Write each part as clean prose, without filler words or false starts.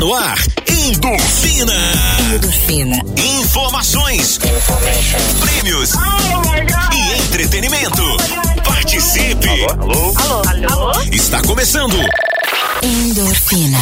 no ar, Endorfina. Informações, prêmios e entretenimento. Participe. Alô? Está começando Endorfina.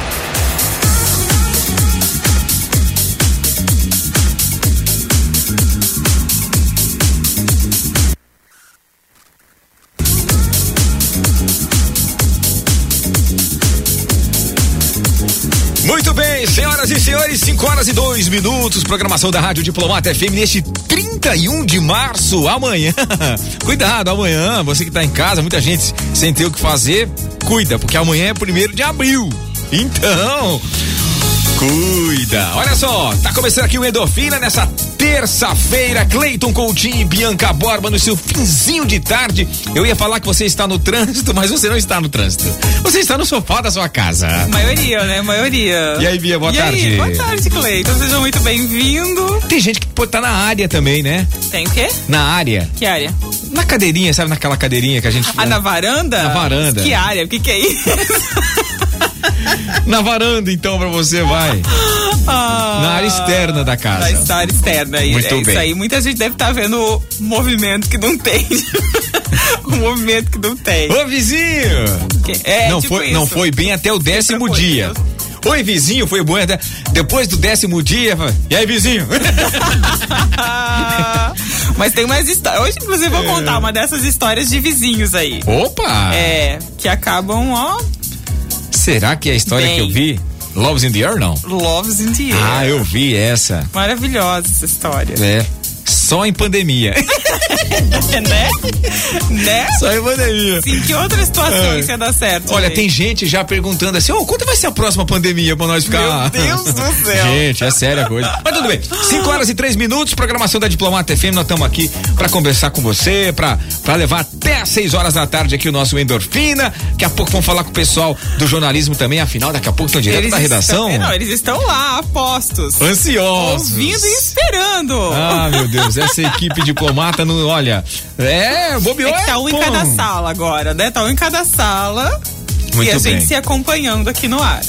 Muito bem, senhoras e senhores, 5h02, programação da Rádio Diplomata FM neste 31 de março, amanhã. Cuidado, amanhã, você que tá em casa, muita gente sem ter o que fazer, cuida, porque amanhã é 1º de abril. Então, cuida. Olha só, tá começando aqui o Endorfina nessa terça-feira. Cleiton Coutinho e Bianca Borba no seu finzinho de tarde. Eu ia falar que você está no trânsito, mas você não está no trânsito. Você está no sofá da sua casa. Maioria, né? Maioria. E aí, Bia, boa tarde. E aí, boa tarde, Cleiton. Seja muito bem-vindo. Tem gente que pode estar na área também, né? Tem o quê? Na área. Que área? Na cadeirinha, sabe? Naquela cadeirinha que a gente... na varanda? Na varanda. Que área? O que é isso? Na varanda, então, pra você, vai. Na área externa da casa. Na área externa aí. Muito bem. Isso aí. Muita gente deve estar vendo o movimento que não tem. O movimento que não tem. Ô, vizinho! Não foi bem até o 10º dia. Oi, vizinho, foi bom até depois do 10º dia. E aí, vizinho? Mas tem mais histórias. Hoje, inclusive, vou contar uma dessas histórias de vizinhos aí. Opa! Que acabam, ó. Será que é a história que eu vi? Love's in the Air, não? Love's in the Air. Ah, eu vi essa. Maravilhosa essa história. Só em pandemia. né? Só em pandemia. Sim, que outra situação isso ia dar certo? Olha, tem gente já perguntando assim, quando vai ser a próxima pandemia pra nós ficar... Meu Deus do céu. Gente, é séria a coisa. Mas tudo bem. 5h03, programação da Diplomata FM, nós estamos aqui pra conversar com você, pra levar até às 6 horas da tarde aqui o nosso Endorfina. Daqui a pouco vamos falar com o pessoal do jornalismo também, afinal, daqui a pouco estão direto da redação. Eles estão lá, apostos. Ansiosos. Ouvindo e esperando. Ah, meu Deus, essa equipe diplomata, olha, bobeou. Tá um em cada sala agora, né? Tá um em cada sala. Muito e a bem. gente se acompanhando aqui no ar.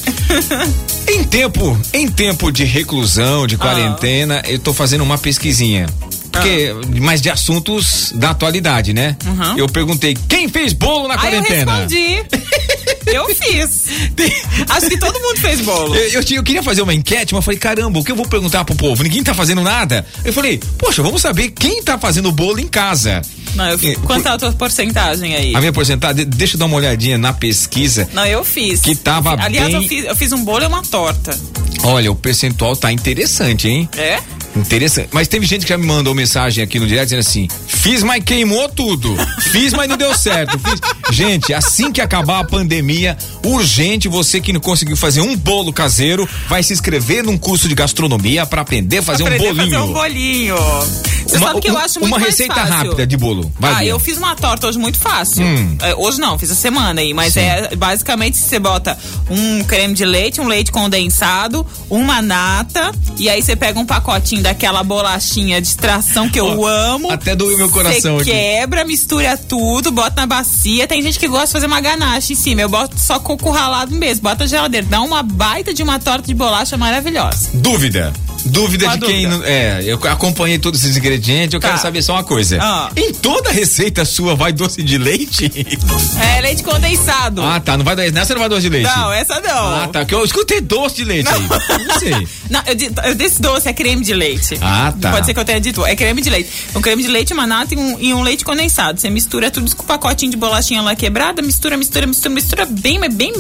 Em tempo de reclusão, de quarentena, eu tô fazendo uma pesquisinha. Mas de assuntos da atualidade, né? Uhum. Eu perguntei, quem fez bolo na quarentena? Eu respondi. Eu fiz. Acho que todo mundo fez bolo. Eu queria fazer uma enquete, mas falei, caramba, o que eu vou perguntar pro povo? Ninguém tá fazendo nada. Eu falei, poxa, vamos saber quem tá fazendo bolo em casa. Quanto é a tua porcentagem aí? A minha porcentagem, deixa eu dar uma olhadinha na pesquisa. Não, eu fiz. Que tava Aliás, bem... eu fiz um bolo e uma torta. Olha, o percentual tá interessante, hein? Interessante. Mas teve gente que já me mandou mensagem aqui no direct dizendo assim: fiz, mas queimou tudo. Fiz, mas não deu certo. Gente, assim que acabar a pandemia, urgente, você que não conseguiu fazer um bolo caseiro, vai se inscrever num curso de gastronomia pra aprender a fazer um bolinho. Fazer um bolinho. Você sabe que eu acho muito mais fácil. Uma receita rápida de bolo. Eu fiz uma torta hoje muito fácil. Hoje não, fiz a semana aí, mas basicamente você bota um creme de leite, um leite condensado, uma nata, e aí você pega um pacotinho daquela bolachinha de extração que eu amo. Até doeu meu coração aqui. Você quebra, mistura tudo, bota na bacia. Tem gente que gosta de fazer uma ganache em cima. Eu boto só coco ralado mesmo, bota na geladeira. Dá uma baita de uma torta de bolacha maravilhosa. Dúvida de quem não, eu acompanhei todos esses ingredientes, eu quero saber só uma coisa. Em toda receita sua vai doce de leite? Leite condensado. Tá, não vai nessa não vai doce de leite? Não, essa não. Tá, que eu escutei doce de leite aí. Não sei. Não, eu disse doce, é creme de leite. Tá. Pode ser que eu tenha dito, é creme de leite. Um creme de leite, uma nata e um leite condensado. Você mistura tudo com o pacotinho de bolachinha lá quebrada, mistura bem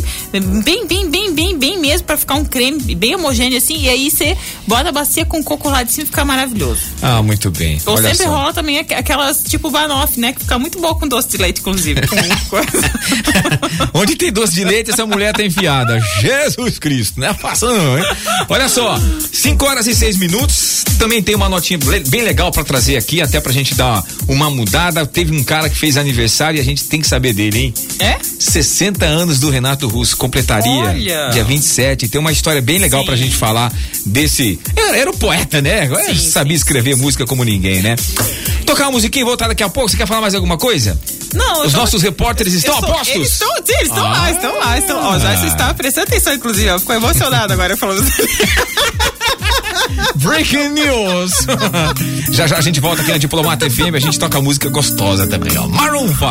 mesmo, pra ficar um creme bem homogêneo assim, e aí você bota a bacia com coco lá de cima e fica maravilhoso. Muito bem. Ou sempre rola também aquelas tipo banoffee, né? Que fica muito bom com doce de leite, inclusive. Onde tem doce de leite, essa mulher tá enfiada. Jesus Cristo, não é fácil não, hein? Olha só, 5h06, também tem uma notinha bem legal pra trazer aqui, até pra gente dar uma mudada. Teve um cara que fez aniversário e a gente tem que saber dele, hein? 60 anos do Renato Russo, completaria dia 27. Tem uma história bem legal pra gente falar desse... Era o poeta, né? Sabia escrever música como ninguém, né? Tocar uma musiquinha e voltar daqui a pouco. Você quer falar mais alguma coisa? Não, os nossos repórteres estão a postos? Eles estão lá. Ó, já você está prestando atenção, inclusive, ó, ficou emocionado agora falando. Breaking news. Já a gente volta aqui na Diplomata FM, a gente toca música gostosa também, ó. Maroon 5.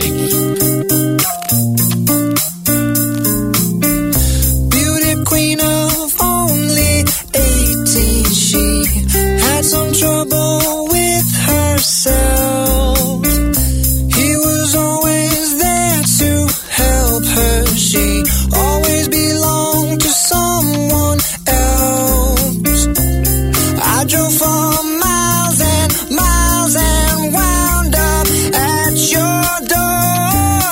Beauty queen of only 18, she had some trouble with herself. He was always there to help her. She always belonged to someone else. I drove for miles and miles and wound up at your door.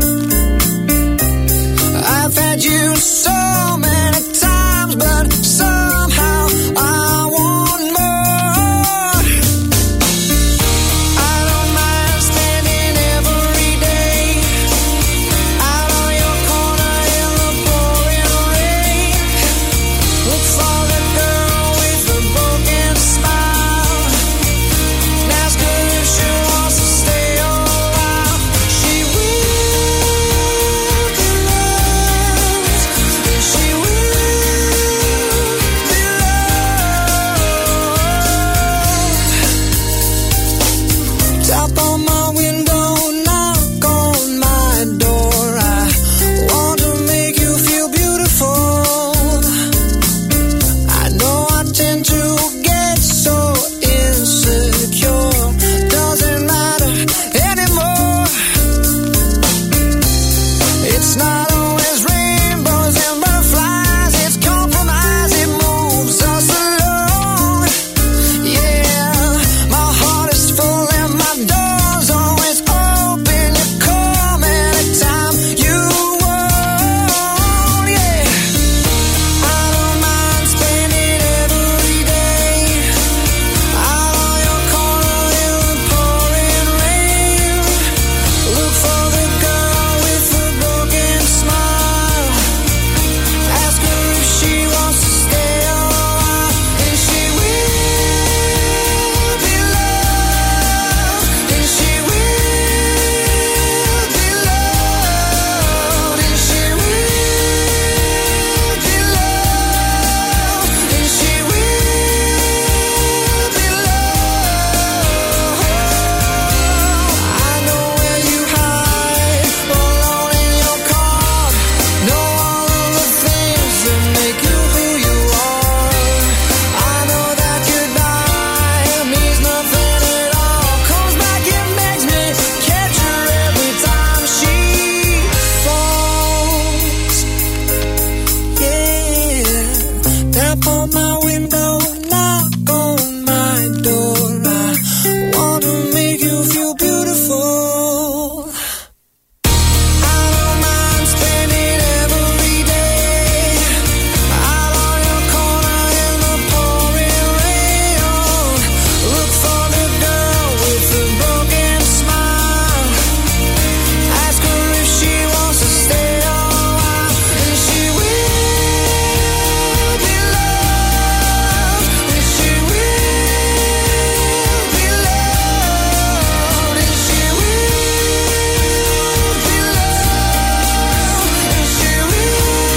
I've had you so many times, but somehow I want more. I don't mind standing every day out on your corner in the pouring rain. Look for the girl with the broken smile and ask her if she wants to stay a while. She will be loved, and she will be loved. Tap on my window, knock on my door. I want to make you feel beautiful. I know I tend to get so insecure. Doesn't matter anymore. It's not always rainbows and butterflies. It's compromise. It moves us along. Yeah, my heart is full and my door's always open. You come anytime you want. Yeah, I don't mind spending every day out on your corner in the pouring rain. Look for the girl with the broken smile. Ask her if she wants to stay a while, and she will be loved, and she will be loved, and she will be loved, and she will be loved. I know where you hide, alone in your car. Know all of the things that make you who you are. I know that goodbye means nothing at all. Comes back and begs me, catch her every time she falls. Yeah, tap on my window, knock on my door. I want to make you feel beautiful. I don't mind spending every day out on your corner in the pouring rain. Look for the girl with the broken smile. Ask her if she wants to stay a while, and she will be loved, and she will be loved, and she will be loved, and she will be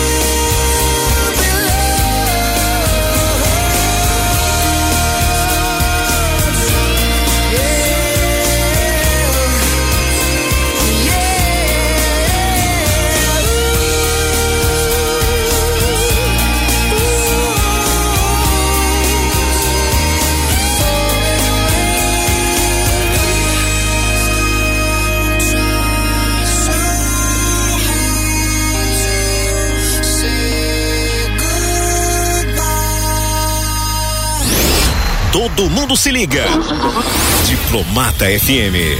Todo mundo se liga. Diplomata FM.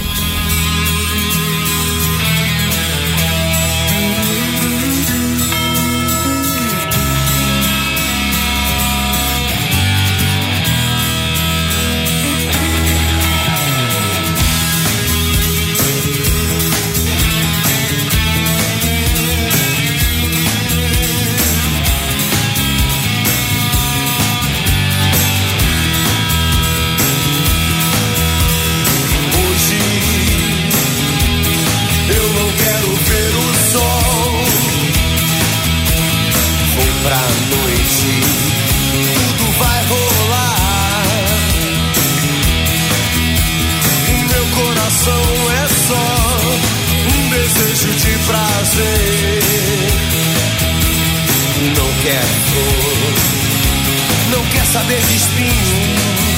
Hoje noite tudo vai rolar. O meu coração é só um desejo de prazer. Não quer flor, não quer saber de espinho,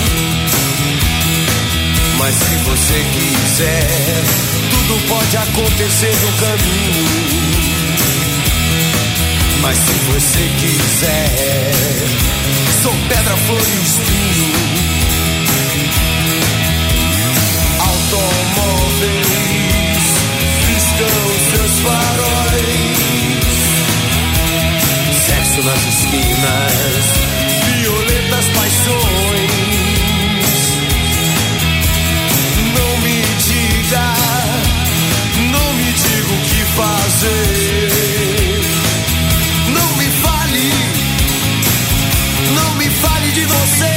mas se você quiser, tudo pode acontecer no caminho. Mas se você quiser, sou pedra, flor e espinho. Automóveis piscam seus faróis, sexo nas esquinas, violentas paixões. Não me diga, não me diga o que fazer. Não me fale de você.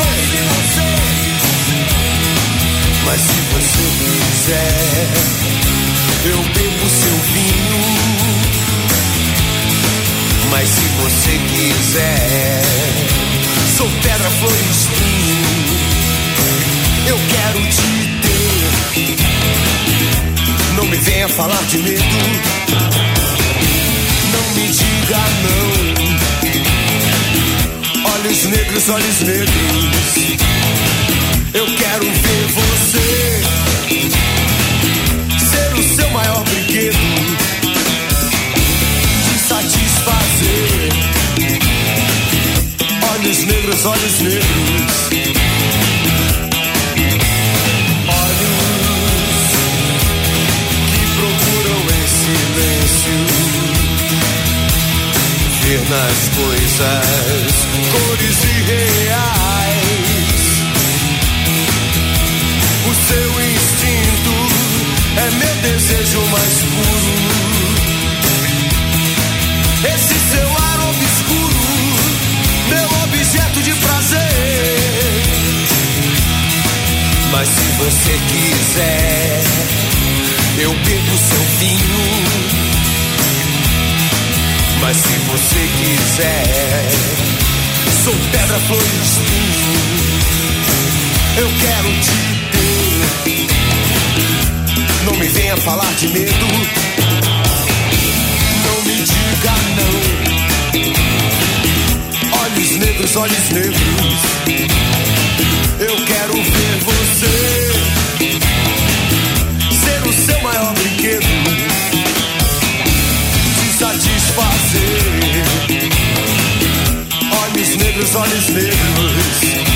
Mas se você quiser, eu bebo seu vinho. Mas se você quiser, sou pedra, flor e espinho. Eu quero te ter. Não me venha falar de medo. Não me diga não. Olhos negros, olhos negros. Eu quero ver você ser o seu maior brinquedo, te satisfazer. Olhos negros, olhos negros. Olhos que procuram em silêncio ver nas coisas cores irreais. O seu instinto é meu desejo mais puro. Esse seu ar obscuro, meu objeto de prazer. Mas se você quiser, eu bebo seu vinho. Mas se você quiser, sou pedra, flor e espinho. Eu quero te ter. Não me venha falar de medo. Não me diga não. Olhos negros, olhos negros. Eu quero ver você ser o seu maior brinquedo, te satisfazer. Olhos negros, olhos negros.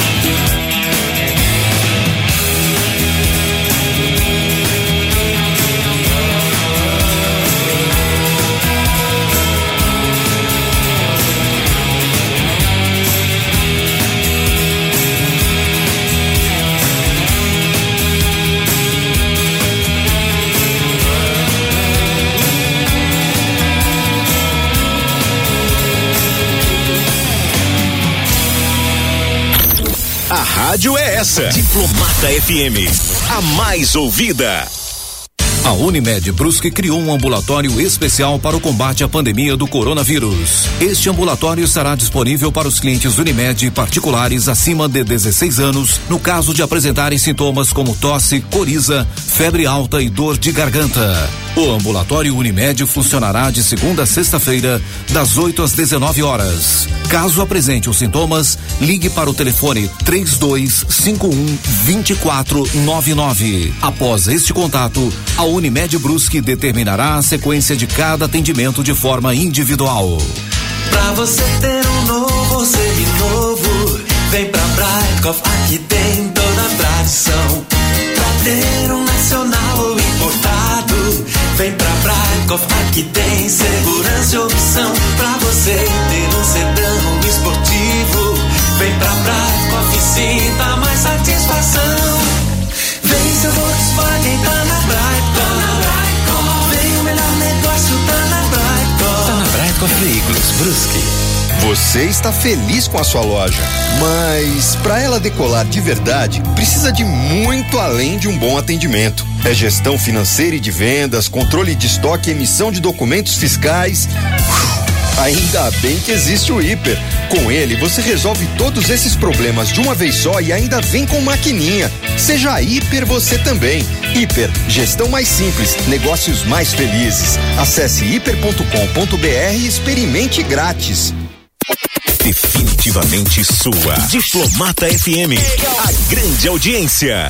A rádio é essa. Diplomata FM, a mais ouvida. A Unimed Brusque criou um ambulatório especial para o combate à pandemia do coronavírus. Este ambulatório estará disponível para os clientes Unimed particulares acima de 16 anos, no caso de apresentarem sintomas como tosse, coriza, febre alta e dor de garganta. O ambulatório Unimed funcionará de segunda a sexta-feira, das 8 às 19 horas. Caso apresente os sintomas, ligue para o telefone 3251-2499. Após este contato, a Unimed Brusque determinará a sequência de cada atendimento de forma individual. Pra você ter um novo seminovo, vem pra Brightcoff, aqui tem toda a tradição. Pra ter um nacional ou importado, vem pra Brightcoff, aqui tem segurança e opção. Pra você ter um sedã esportivo, vem pra Brightcoff e sinta mais satisfação. Vem seu Volkswagen, tá na Brightcoff. Vem o melhor negócio, tá na Brightcoff. Tá na Brightcoff Veículos Brusque. Você está feliz com a sua loja, mas para ela decolar de verdade, precisa de muito além de um bom atendimento. É gestão financeira e de vendas, controle de estoque, emissão de documentos fiscais. Ainda bem que existe o Hiper. Com ele, você resolve todos esses problemas de uma vez só e ainda vem com maquininha. Seja Hiper você também. Hiper, gestão mais simples, negócios mais felizes. Acesse hiper.com.br e experimente grátis. Definitivamente sua. Diplomata FM, a grande audiência.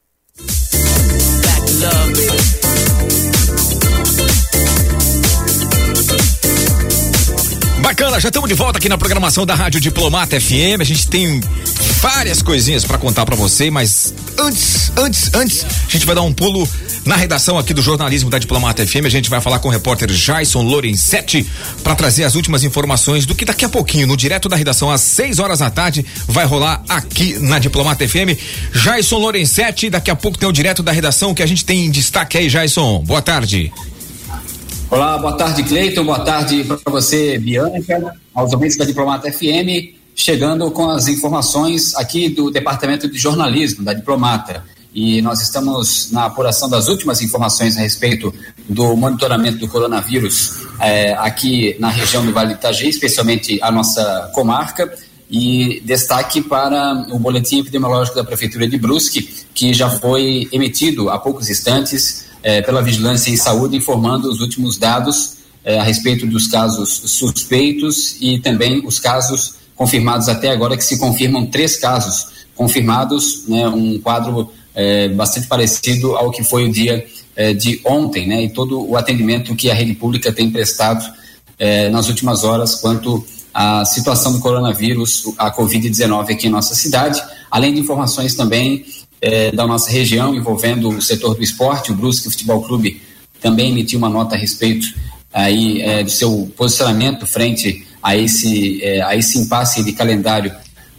Bacana, já estamos de volta aqui na programação da Rádio Diplomata FM. A gente tem várias coisinhas para contar para você, mas antes, a gente vai dar um pulo na redação aqui do jornalismo da Diplomata FM. A gente vai falar com o repórter Jason Lorenzetti para trazer as últimas informações do que daqui a pouquinho, no direto da redação, às 6 horas da tarde, vai rolar aqui na Diplomata FM. Jason Lorenzetti, daqui a pouco tem o direto da redação que a gente tem em destaque aí, Jason. Boa tarde. Olá, boa tarde, Cleiton, boa tarde para você, Bianca, aos ouvintes da Diplomata FM, chegando com as informações aqui do Departamento de Jornalismo da Diplomata. E nós estamos na apuração das últimas informações a respeito do monitoramento do coronavírus aqui na região do Vale do Itajaí, especialmente a nossa comarca, e destaque para o boletim epidemiológico da Prefeitura de Brusque, que já foi emitido há poucos instantes pela Vigilância em Saúde, informando os últimos dados a respeito dos casos suspeitos e também os casos confirmados até agora, que se confirmam 3 casos confirmados, né, um quadro bastante parecido ao que foi o dia de ontem, né, e todo o atendimento que a rede pública tem prestado nas últimas horas quanto à situação do coronavírus, a Covid-19 aqui em nossa cidade, além de informações também da nossa região envolvendo o setor do esporte. O Brusque Futebol Clube também emitiu uma nota a respeito aí do seu posicionamento frente a esse impasse de calendário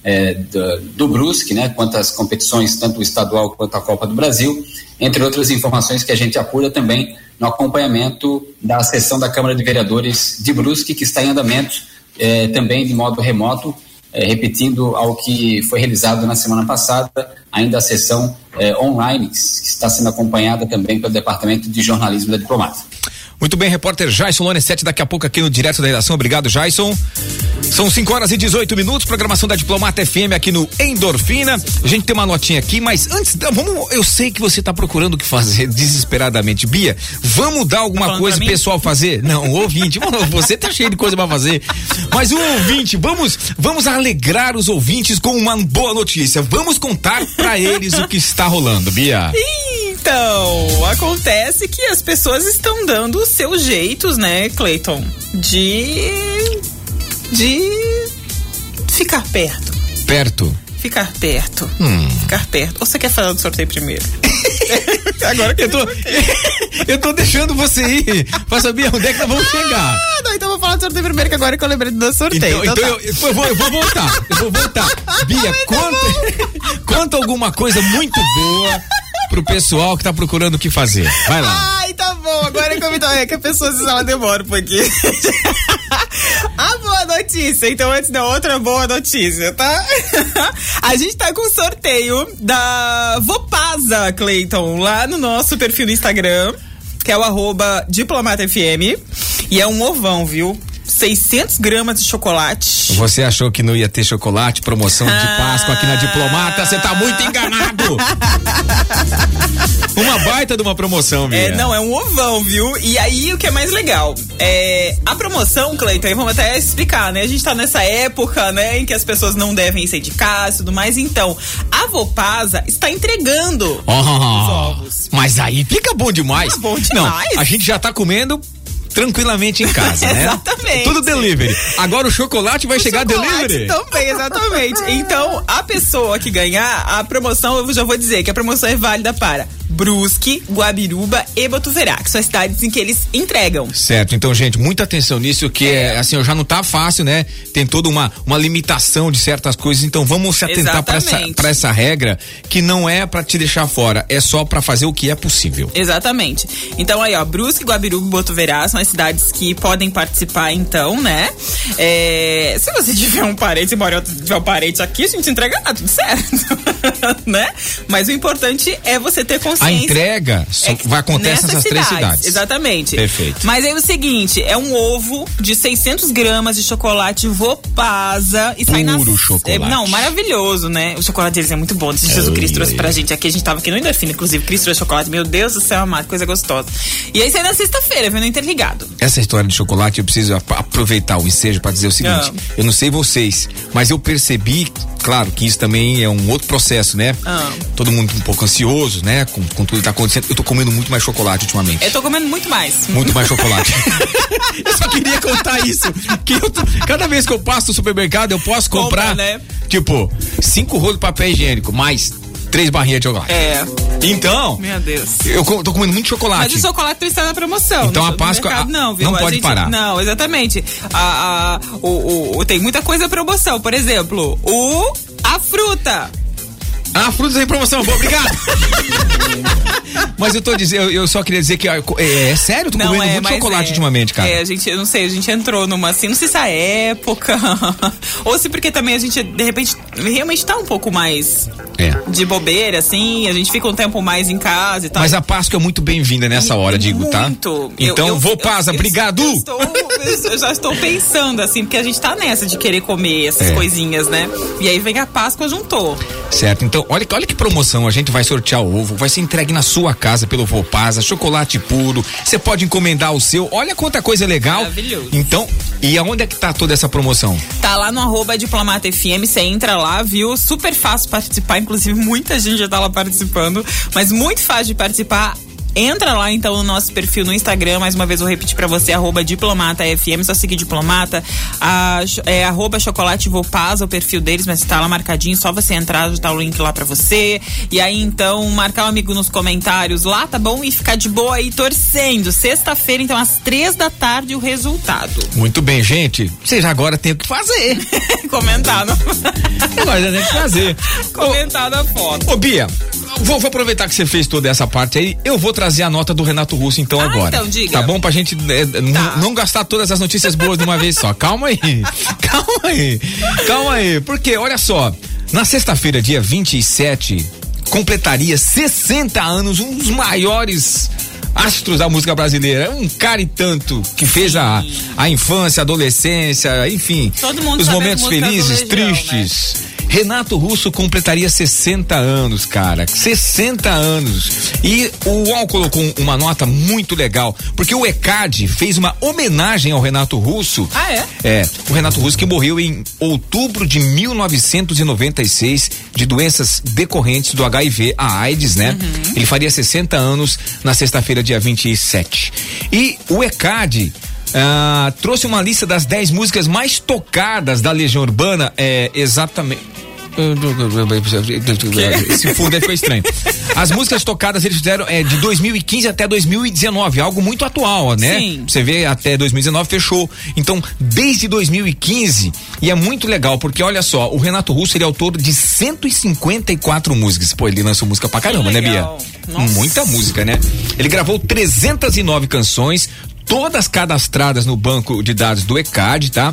do Brusque, né, quanto às competições, tanto o estadual quanto a Copa do Brasil, entre outras informações que a gente apura também no acompanhamento da sessão da Câmara de Vereadores de Brusque, que está em andamento também de modo remoto, repetindo ao que foi realizado na semana passada, ainda a sessão online, que está sendo acompanhada também pelo Departamento de Jornalismo da Diplomata. Muito bem, repórter Jason Lorenzetti, daqui a pouco aqui no Direto da Redação. Obrigado, Jason. São 5 horas e 18 minutos, programação da Diplomata FM aqui no Endorfina. A gente tem uma notinha aqui, mas antes, eu sei que você tá procurando o que fazer desesperadamente. Bia, vamos dar alguma coisa pro pessoal fazer? Não, o ouvinte, você tá cheio de coisa pra fazer. Mas o ouvinte, vamos alegrar os ouvintes com uma boa notícia. Vamos contar pra eles o que está rolando, Bia. Então, acontece que as pessoas estão dando os seus jeitos, né, Cleiton, de ficar perto. Ficar perto. Ficar perto. Ou você quer falar do sorteio primeiro? Agora que eu tô deixando você ir pra saber onde é que nós vamos chegar. Não, então eu vou falar do sorteio primeiro, que agora que eu lembrei do sorteio. Então eu vou voltar. Bia, conta alguma coisa muito boa pro pessoal que tá procurando o que fazer. Vai lá. Ai, tá bom. Agora que eu me dou, que a pessoa ela demora um pouquinho. A boa notícia, então antes da outra boa notícia, tá? A gente tá com o sorteio da Vopasa, Cleiton, lá no nosso perfil do Instagram, que é o @DiplomataFM, e é um ovão, viu? 600 gramas de chocolate. Você achou que não ia ter chocolate, promoção de Páscoa aqui na Diplomata? Você tá muito enganado. Uma baita de uma promoção, Bia. Não, é um ovão, viu? E aí, o que é mais legal? A promoção, Cleiton, vamos até explicar, né? A gente tá nessa época, né, em que as pessoas não devem sair de casa e tudo mais. Então, a Vopasa está entregando os ovos. Mas aí fica bom demais. Tá bom demais. Não, a gente já tá comendo tranquilamente em casa, né? Exatamente. Tudo delivery. Agora o chocolate vai chegar delivery. Também, exatamente. Então, a pessoa que ganhar a promoção, eu já vou dizer que a promoção é válida para Brusque, Guabiruba e Botuverá, que são as cidades em que eles entregam. Certo, então, gente, muita atenção nisso, que assim, já não tá fácil, né? Tem toda uma limitação de certas coisas, então vamos se atentar para essa regra, que não é para te deixar fora, é só para fazer o que é possível. Exatamente. Então aí, ó, Brusque, Guabiruba e Botuverá são as cidades que podem participar, então, né? Se você tiver um parente, se tiver um parente aqui, a gente entrega tudo certo, né? Mas o importante é você ter consciência ciência. A entrega vai acontecer nessas 3 cidades. Exatamente. Perfeito. Mas aí o seguinte, é um ovo de 600 gramas de chocolate Vopasa e sai Puro chocolate. Não, maravilhoso, né? O chocolate deles é muito bom. Esse Jesus Cristo trouxe pra gente aqui. A gente tava aqui no Endorfina, inclusive. Cristo trouxe chocolate. Meu Deus do céu, amado, coisa gostosa. E aí sai na sexta-feira, viu? No Interligado. Essa história de chocolate, eu preciso aproveitar o ensejo pra dizer o seguinte. Eu não sei vocês, mas eu percebi, claro, que isso também é um outro processo, né? Todo mundo um pouco ansioso, né? Com tudo que tá acontecendo. Eu tô comendo muito mais chocolate ultimamente. Eu tô comendo muito mais. Muito mais chocolate. Eu só queria contar isso. Que cada vez que eu passo no supermercado, eu posso comprar, né? Tipo, 5 rolos de papel higiênico, mais 3 barrinhas de chocolate. Então, meu Deus. Eu tô comendo muito chocolate. Mas o chocolate está na promoção. Então a Páscoa mercado, não, viu? Não pode parar. Não, exatamente. Tem muita coisa em promoção. Por exemplo, a fruta. Ah, frutas em promoção, bom, obrigado. Mas eu tô dizendo, eu só queria dizer que é sério, eu tô comendo muito chocolate ultimamente, cara. Eu não sei, a gente entrou numa assim, não sei se a época, ou se porque também a gente, de repente, realmente tá um pouco mais de bobeira, assim, a gente fica um tempo mais em casa e tal. Mas a Páscoa é muito bem-vinda nessa hora, digo, tá? Muito. Então, Vopasa, obrigado! Eu já estou pensando, assim, porque a gente tá nessa de querer comer essas coisinhas, né? E aí vem a Páscoa, juntou. Certo, então, olha que promoção, a gente vai sortear o ovo, vai ser entregue na sua casa pelo Vopasa, chocolate puro, você pode encomendar o seu, olha quanta coisa legal. Maravilhoso. Então, e aonde é que tá toda essa promoção? Tá lá no @Diplomata FM, você entra lá, viu? Super fácil participar, inclusive muita gente já tá lá participando, mas muito fácil de participar. Entra lá então no nosso perfil no Instagram, mais uma vez vou repetir pra você, @DiplomataFM, só seguir Diplomata, @Chocolate Vopasa, o perfil deles, mas tá lá marcadinho, só você entrar, já tá o link lá pra você, e aí então marcar um amigo nos comentários lá, tá bom? E ficar de boa aí torcendo, sexta-feira então às 3h o resultado. Muito bem, gente, vocês agora tem o que fazer. Comentar, não? Agora já tem que fazer. Comentar na foto. Ô Bia, vou aproveitar que você fez toda essa parte aí, eu vou trazer a nota do Renato Russo então agora. Então diga. Tá bom? Pra gente não gastar todas as notícias boas de uma vez só. Calma aí. Porque, olha só, na sexta-feira, dia 27, completaria 60 anos, um dos maiores astros da música brasileira, um cara e tanto que fez a infância, a adolescência, enfim, todo mundo os momentos felizes, tristes, né? Renato Russo completaria 60 anos, cara. 60 anos. E o UOL colocou uma nota muito legal, porque o ECAD fez uma homenagem ao Renato Russo. Ah, é? É. O Renato Russo que morreu em outubro de 1996 de doenças decorrentes do HIV, a AIDS, né? Uhum. Ele faria 60 anos na sexta-feira, dia 27. E o ECAD trouxe uma lista das 10 músicas mais tocadas da Legião Urbana, exatamente. Esse fundo aí ficou estranho. As músicas tocadas eles fizeram de 2015 até 2019, algo muito atual, né? Sim. Você vê, até 2019 fechou. Então, desde 2015, e é muito legal, porque olha só, o Renato Russo, ele é autor de 154 músicas. Pô, ele lançou música pra caramba, né, Bia? Nossa. Muita música, né? Ele gravou 309 canções, todas cadastradas no banco de dados do ECAD, tá?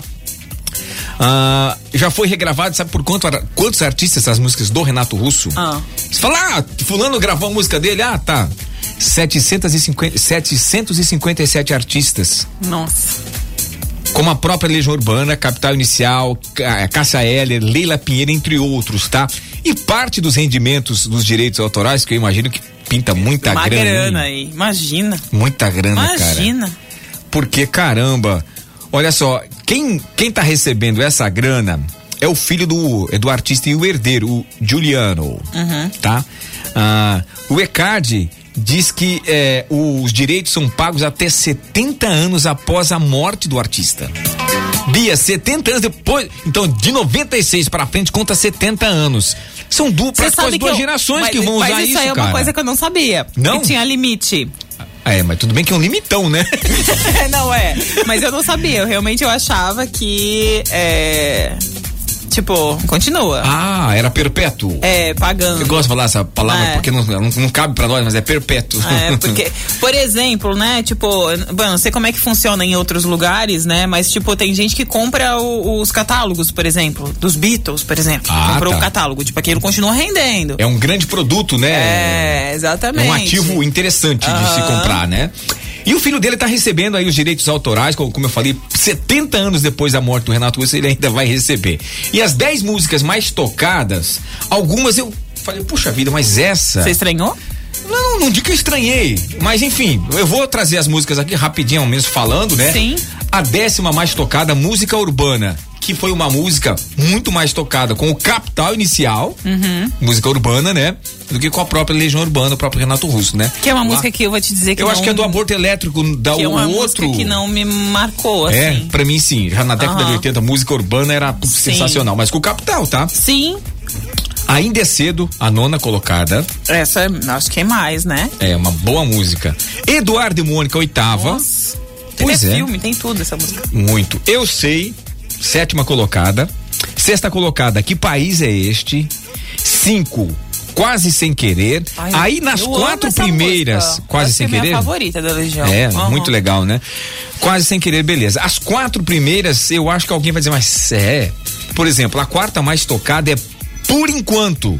Já foi regravado, sabe por quantos artistas as músicas do Renato Russo? Você fala, fulano gravou a música dele, tá. 757 artistas. Nossa. Como a própria Legião Urbana, Capital Inicial, Cássia Eller, Leila Pinheiro, entre outros, tá? E parte dos rendimentos dos direitos autorais, que eu imagino que pinta muita grana. Uma grana aí, imagina. Muita grana, cara. Imagina. Porque, caramba, olha só, quem tá recebendo essa grana é o filho do artista e o herdeiro, o Giuliano, tá? O ECAD diz que os direitos são pagos até 70 anos após a morte do artista. Bia, 70 anos depois, então de 96 pra frente conta 70 anos. São duas gerações que vão usar isso, cara. Mas isso aí é uma coisa que eu não sabia. Não? Que tinha limite. Mas tudo bem que é um limitão, né? Não é, mas eu não sabia, eu realmente achava que Tipo, continua. Ah, era perpétuo. É, pagando. Eu gosto de falar essa palavra porque não cabe pra nós, mas é perpétuo. É, porque, por exemplo, né, tipo, bom, não sei como é que funciona em outros lugares, né, mas tipo, tem gente que compra os catálogos, por exemplo, dos Beatles, por exemplo. Comprou o catálogo, tipo, aquilo continua rendendo. É um grande produto, né? É, exatamente. É um ativo interessante de se comprar, né? E o filho dele tá recebendo aí os direitos autorais, como eu falei, 70 anos depois da morte do Renato Russo, ele ainda vai receber. E as 10 músicas mais tocadas, algumas eu falei, puxa vida, mas essa... Você estranhou? Não digo que eu estranhei, mas enfim, eu vou trazer as músicas aqui rapidinho, ao menos falando, né? Sim. A 10ª mais tocada, Música Urbana, que foi uma música muito mais tocada com o Capital Inicial, música urbana, né? Do que com a própria Legião Urbana, o próprio Renato Russo, né? Que é uma música que eu vou te dizer que eu acho que é do Aborto Elétrico, da que é uma outro. música que não me marcou, assim. É, pra mim sim. Já na década de 80, música urbana era sensacional, mas com o Capital, tá? Sim. Ainda é Cedo, a 9ª colocada. Essa, acho que é mais, né? É, uma boa música. Eduardo e Mônica, 8ª. Nossa. Pois tem é. filme, tem tudo essa música. Muito. Eu Sei, 7ª colocada. 6ª colocada, Que País é Este? 5, Quase Sem Querer. Ai, aí nas 4 primeiras, música. Quase Acho Sem que é Querer. minha favorita da Legião. É, muito legal, né? Quase Sem Querer, beleza. As 4 primeiras, eu acho que alguém vai dizer, mas por exemplo, a 4ª mais tocada é Por Enquanto.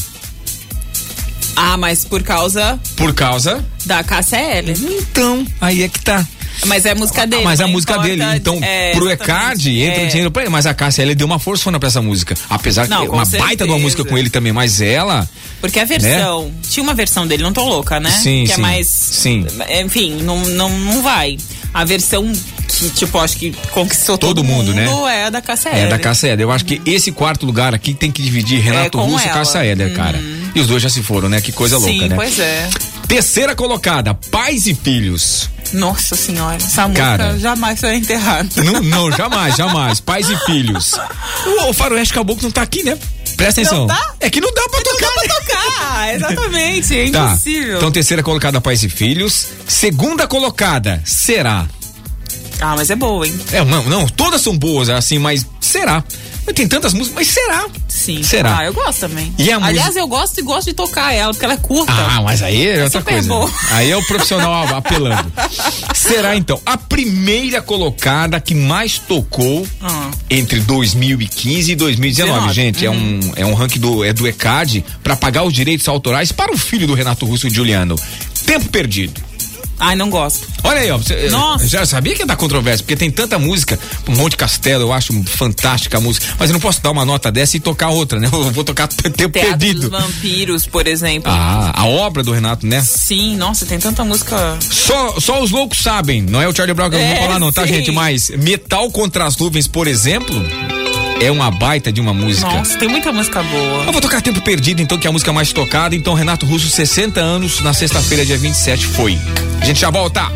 Ah, mas por causa da Cássia Eller. Então, aí é que tá. Mas é a música dele. Mas é a música dele. Então, pro ECAD entra dinheiro pra ele. Mas a Cássia, ela deu uma forçona pra essa música. Apesar que é uma baita de uma música com ele também, mas ela. Porque a versão. Né? Tinha uma versão dele, Não Tô Louca, né? Sim, que sim. É mais. Sim. Enfim, não vai. A versão que, tipo, acho que conquistou todo mundo, né? É a da Cássia Eller. É da Cássia Eller. Eu acho que esse 4º lugar aqui tem que dividir Renato Russo e Cássia Eller, cara. E os dois já se foram, né? Que coisa louca, né? Pois é. 3ª colocada, Pais e Filhos. Nossa senhora, essa música jamais vai enterrar. Não, jamais. Pais e Filhos. O Faroeste Caboclo não tá aqui, né? Presta atenção. Não tá? É que não dá pra tocar. Não dá pra tocar, exatamente, é impossível. Então, 3ª colocada, Pais e Filhos. 2ª colocada, Será. Ah, mas é boa, hein? Não, todas são boas, assim, mas será? Tem tantas músicas, mas será? Sim. Será? Ah, eu gosto também. E a Aliás, eu gosto de tocar ela, porque ela é curta. Ah, mas aí é outra coisa. Boa. Aí é o profissional apelando. Será, então, a primeira colocada que mais tocou entre 2015 e 2019, gente. É um ranking do ECAD pra pagar os direitos autorais para o filho do Renato Russo e Juliano. Tempo Perdido. Ai, não gosto. Olha aí, ó. Nossa. Já sabia que ia dar controvérsia, porque tem tanta música. Monte Castelo, eu acho fantástica a música. Mas eu não posso dar uma nota dessa e tocar outra, né? Eu vou tocar Tempo Perdido. Dos Vampiros, por exemplo. Ah, a obra do Renato, né? Sim, nossa, tem tanta música. Só os loucos sabem. Não é o Charlie Brown que eu vou falar, não, tá, gente? Mas Metal Contra as Nuvens, por exemplo, é uma baita de uma música. Nossa, tem muita música boa. Eu vou tocar Tempo Perdido, então, que é a música mais tocada. Então, Renato Russo, 60 anos, na sexta-feira, dia 27, foi. A gente já volta.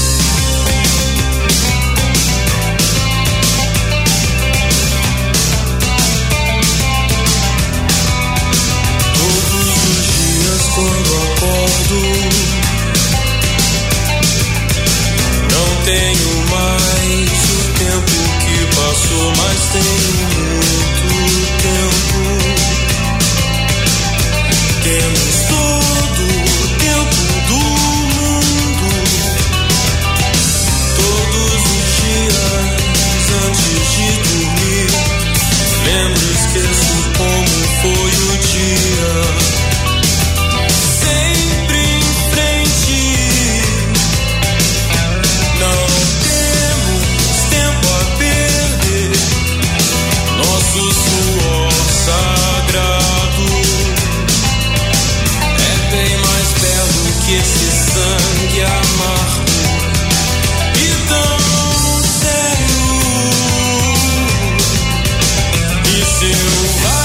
Todos os dias quando acordo, não tenho mais o tempo que passou, mas tenho muito tempo. Temos todo o tempo do mundo. Todos os dias antes de dormir, lembro e esqueço como foi o dia. Sempre em frente, não temos tempo a perder. Nosso suor sagrado é bem mais belo que esse sangue amargo e tão sério e selvagem.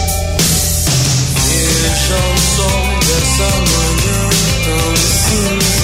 Veja o sol dessa manhã tão cinza.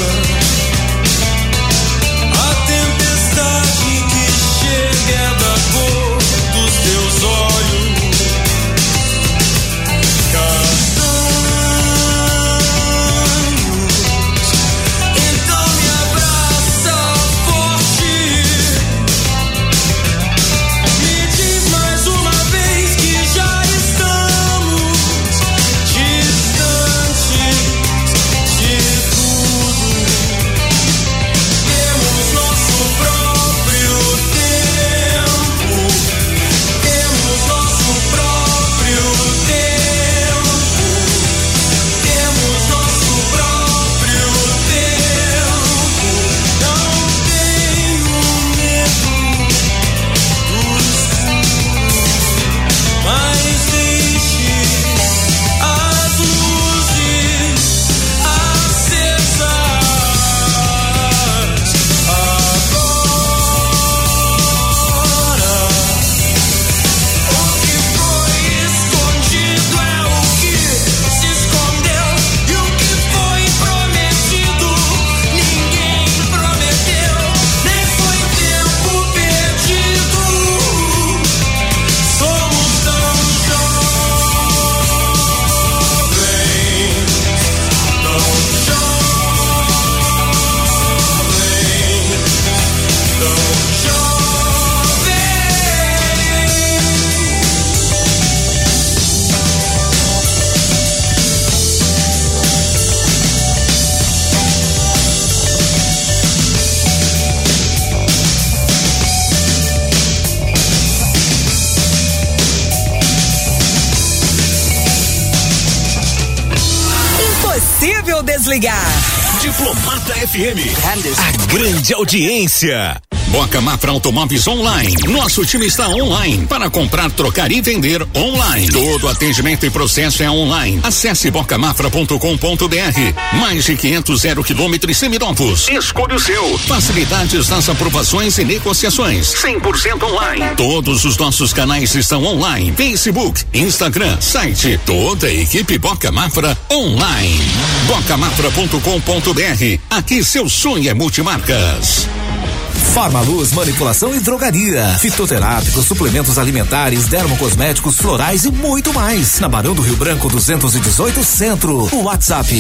desligar. Diplomata FM, a grande audiência. Boca Mafra Automóveis Online. Nosso time está online para comprar, trocar e vender online. Todo atendimento e processo é online. Acesse bocamafra.com.br. Mais de 500 0 quilômetros seminovos. Escolha o seu. Facilidades nas aprovações e negociações. 100% online. Todos os nossos canais estão online. Facebook, Instagram, site. Toda a equipe Boca Mafra online. bocamafra.com.br. Aqui seu sonho é multimarcas. Farmaluz Manipulação e Drogaria, fitoterápicos, suplementos alimentares, dermocosméticos, florais e muito mais. Na Barão do Rio Branco 218 Centro. O WhatsApp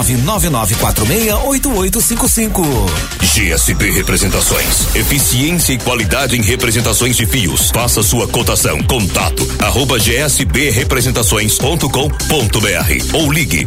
999468855. GSB Representações, eficiência e qualidade em representações de fios. Faça sua cotação. Contato @gsbrepresentações.com.br ou ligue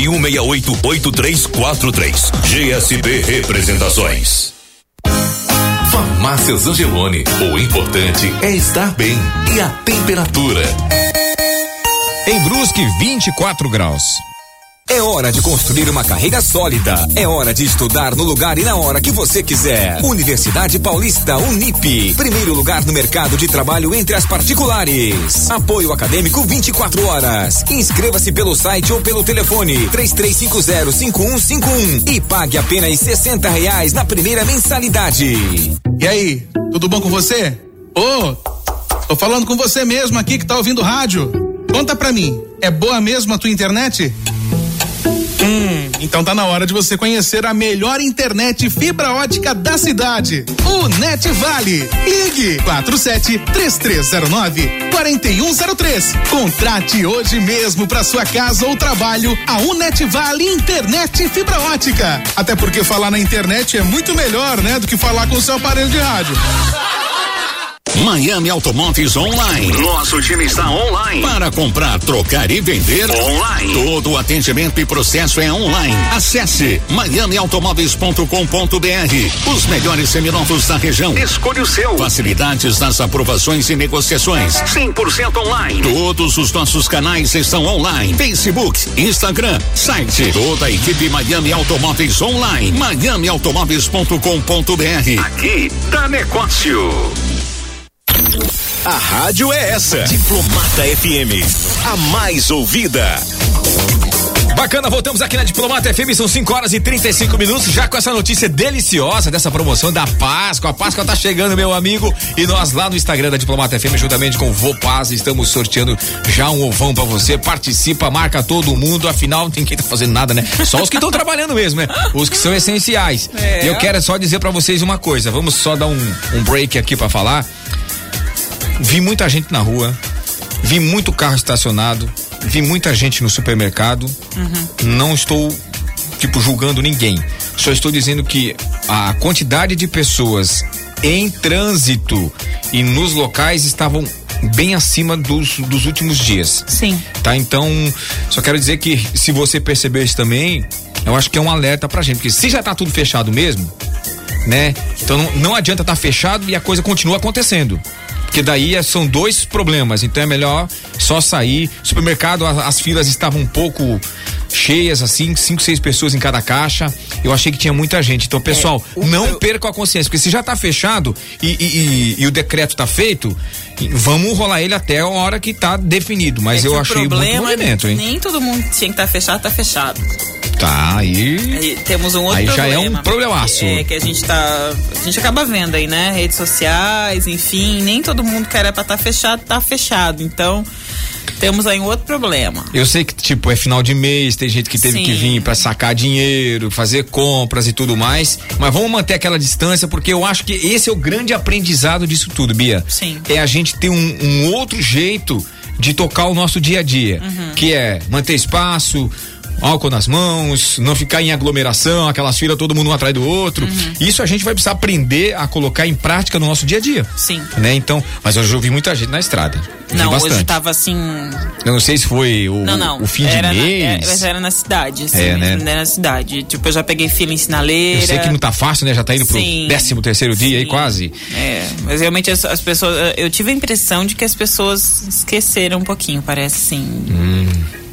9168-8343. GSB Representações. Farmácias Angelone. O importante é estar bem. E a temperatura? Em Brusque, 24 graus. É hora de construir uma carreira sólida. É hora de estudar no lugar e na hora que você quiser. Universidade Paulista Unip. Primeiro lugar no mercado de trabalho entre as particulares. Apoio acadêmico 24 horas. Inscreva-se pelo site ou pelo telefone 3350-5151 e pague apenas R$60 na primeira mensalidade. E aí, tudo bom com você? Tô falando com você mesmo aqui que tá ouvindo rádio. Conta pra mim, é boa mesmo a tua internet? Então tá na hora de você conhecer a melhor internet fibra ótica da cidade. O Net Vale. Ligue 47-3309-4103. Contrate hoje mesmo para sua casa ou trabalho a Unet Vale Internet Fibra Ótica. Até porque falar na internet é muito melhor, né, do que falar com o seu aparelho de rádio. Miami Automóveis Online. Nosso time está online para comprar, trocar e vender online. Todo o atendimento e processo é online. Acesse miamiautomóveis.com.br. Os melhores seminovos da região. Escolha o seu. Facilidades nas aprovações e negociações. 100% online. Todos os nossos canais estão online. Facebook, Instagram, site. Toda a equipe Miami Automóveis Online. miamiautomóveis.com.br. Aqui dá negócio. A rádio é essa. Diplomata FM, a mais ouvida. Bacana, voltamos aqui na Diplomata FM, são 5h35, já com essa notícia deliciosa dessa promoção da Páscoa. A Páscoa tá chegando, meu amigo, e nós lá no Instagram da Diplomata FM, juntamente com o Vô Paz, estamos sorteando já um ovão pra você. Participa, marca todo mundo, afinal ninguém tá fazendo nada, né? Só os que estão trabalhando mesmo, né? Os que são essenciais. E eu quero só dizer pra vocês uma coisa, vamos só dar um break aqui pra falar. Vi muita gente na rua, vi muito carro estacionado, vi muita gente no supermercado. Não estou, julgando ninguém. Só estou dizendo que a quantidade de pessoas em trânsito e nos locais estavam bem acima dos últimos dias. Sim. Tá? Então, só quero dizer que se você perceber isso também, eu acho que é um alerta pra gente, porque se já tá tudo fechado mesmo, né? Então não adianta tá fechado e a coisa continua acontecendo. Porque daí são dois problemas, então é melhor só sair. Supermercado, as filas estavam um pouco cheias, assim, 5, 6 pessoas em cada caixa. Eu achei que tinha muita gente. Então, pessoal, não percam a consciência, porque se já tá fechado e o decreto tá feito, vamos rolar ele até a hora que tá definido. Mas eu achei muito movimento, hein? Nem todo mundo tinha que estar fechado, tá fechado. Tá, aí temos um outro aí problema. Já é um problemaço. Que a gente acaba vendo aí, né? Redes sociais, enfim, nem todo mundo que era pra tá fechado. Então, temos aí um outro problema. Eu sei que, é final de mês, tem gente que teve que vir pra sacar dinheiro, fazer compras e tudo mais, mas vamos manter aquela distância, porque eu acho que esse é o grande aprendizado disso tudo, Bia. Sim. É a gente ter um outro jeito de tocar o nosso dia a dia, que é manter espaço, álcool nas mãos, não ficar em aglomeração, aquelas filas todo mundo um atrás do outro. Isso a gente vai precisar aprender a colocar em prática no nosso dia a dia. Sim. Né? Então, mas hoje eu vi muita gente na estrada. Não, bastante. hoje tava assim. Eu não sei se foi o fim de mês. Mas era na cidade, assim, né? Era na cidade. Eu já peguei fila em sinaleira. Eu sei que não tá fácil, né? Já tá indo pro 13º dia aí, quase. Mas realmente as pessoas, eu tive a impressão de que as pessoas esqueceram um pouquinho, parece assim.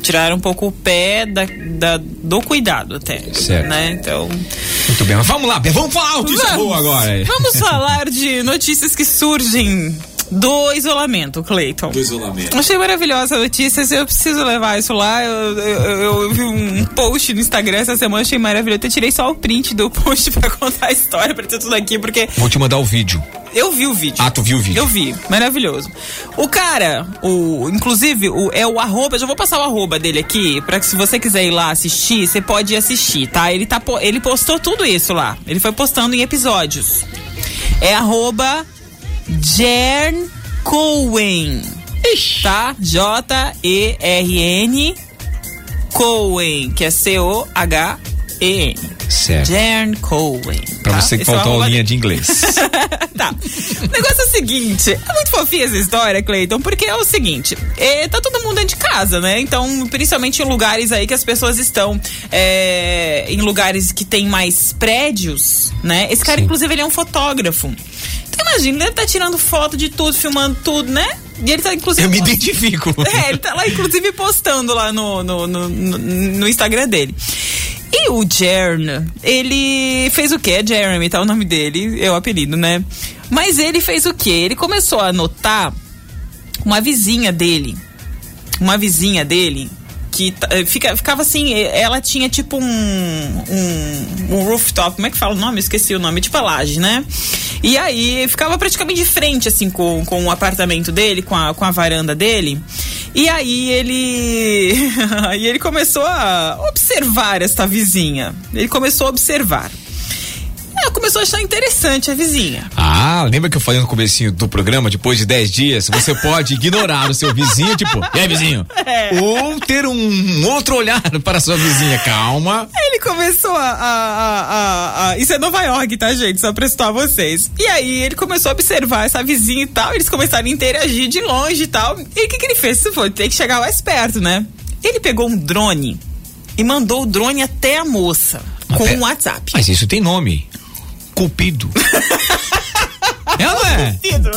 tiraram um pouco o pé do cuidado até. Certo. Né? Então. Muito bem, mas vamos lá, vamos falar notícia boa agora. Vamos falar de notícias que surgem do isolamento, Cleiton. Do isolamento. Achei maravilhosa a notícia, eu preciso levar isso lá. Eu vi um post no Instagram essa semana, achei maravilhoso. Eu tirei só o print do post pra contar a história, pra ter tudo aqui, porque... Vou te mandar o vídeo. Eu vi o vídeo. Ah, tu viu o vídeo? Eu vi, maravilhoso. O cara, inclusive, é o arroba, eu já vou passar o arroba dele aqui, pra que se você quiser ir lá assistir, você pode assistir, tá? Ele postou tudo isso lá, ele foi postando em episódios. É arroba Jern Cohen, tá? J-E-R-N Cohen, que é C-O-H-E-N. Certo. Jern Cohen. Pra tá? você que faltou a linha de inglês. Tá. O negócio é o seguinte, é muito fofinha essa história, Cleiton, porque é o seguinte, tá todo mundo dentro de casa, né? Então, principalmente em lugares aí que as pessoas estão em lugares que tem mais prédios, né? Esse cara, inclusive, ele é um fotógrafo. Então, imagina, ele tá tirando foto de tudo, filmando tudo, né? E ele tá, inclusive... Eu me identifico. Ele tá lá, inclusive, postando lá no Instagram dele. E o Jern, ele fez o quê? É Jeremy, tá o nome dele, é o apelido, né? Mas ele fez o quê? Ele começou a notar uma vizinha dele que ficava assim, ela tinha tipo um rooftop, como é que fala o nome? Esqueci o nome, tipo a laje, né? E aí ficava praticamente de frente assim com o apartamento dele, com a varanda dele. E aí ele começou a observar esta vizinha. Ele começou a observar. Ela começou a achar interessante a vizinha. Ah, lembra que eu falei no comecinho do programa, depois de 10 dias, você pode ignorar o seu vizinho, tipo, e aí, vizinho? Ou ter um outro olhar para a sua vizinha, calma. Ele começou isso é Nova York, tá, gente? Só pra citar vocês. E aí ele começou a observar essa vizinha e tal, eles começaram a interagir de longe e tal. E o que ele fez? Tem que chegar mais perto, né? Ele pegou um drone e mandou o drone até a moça, com um WhatsApp. Mas isso tem nome. Cupido. Ela não é? Cupido.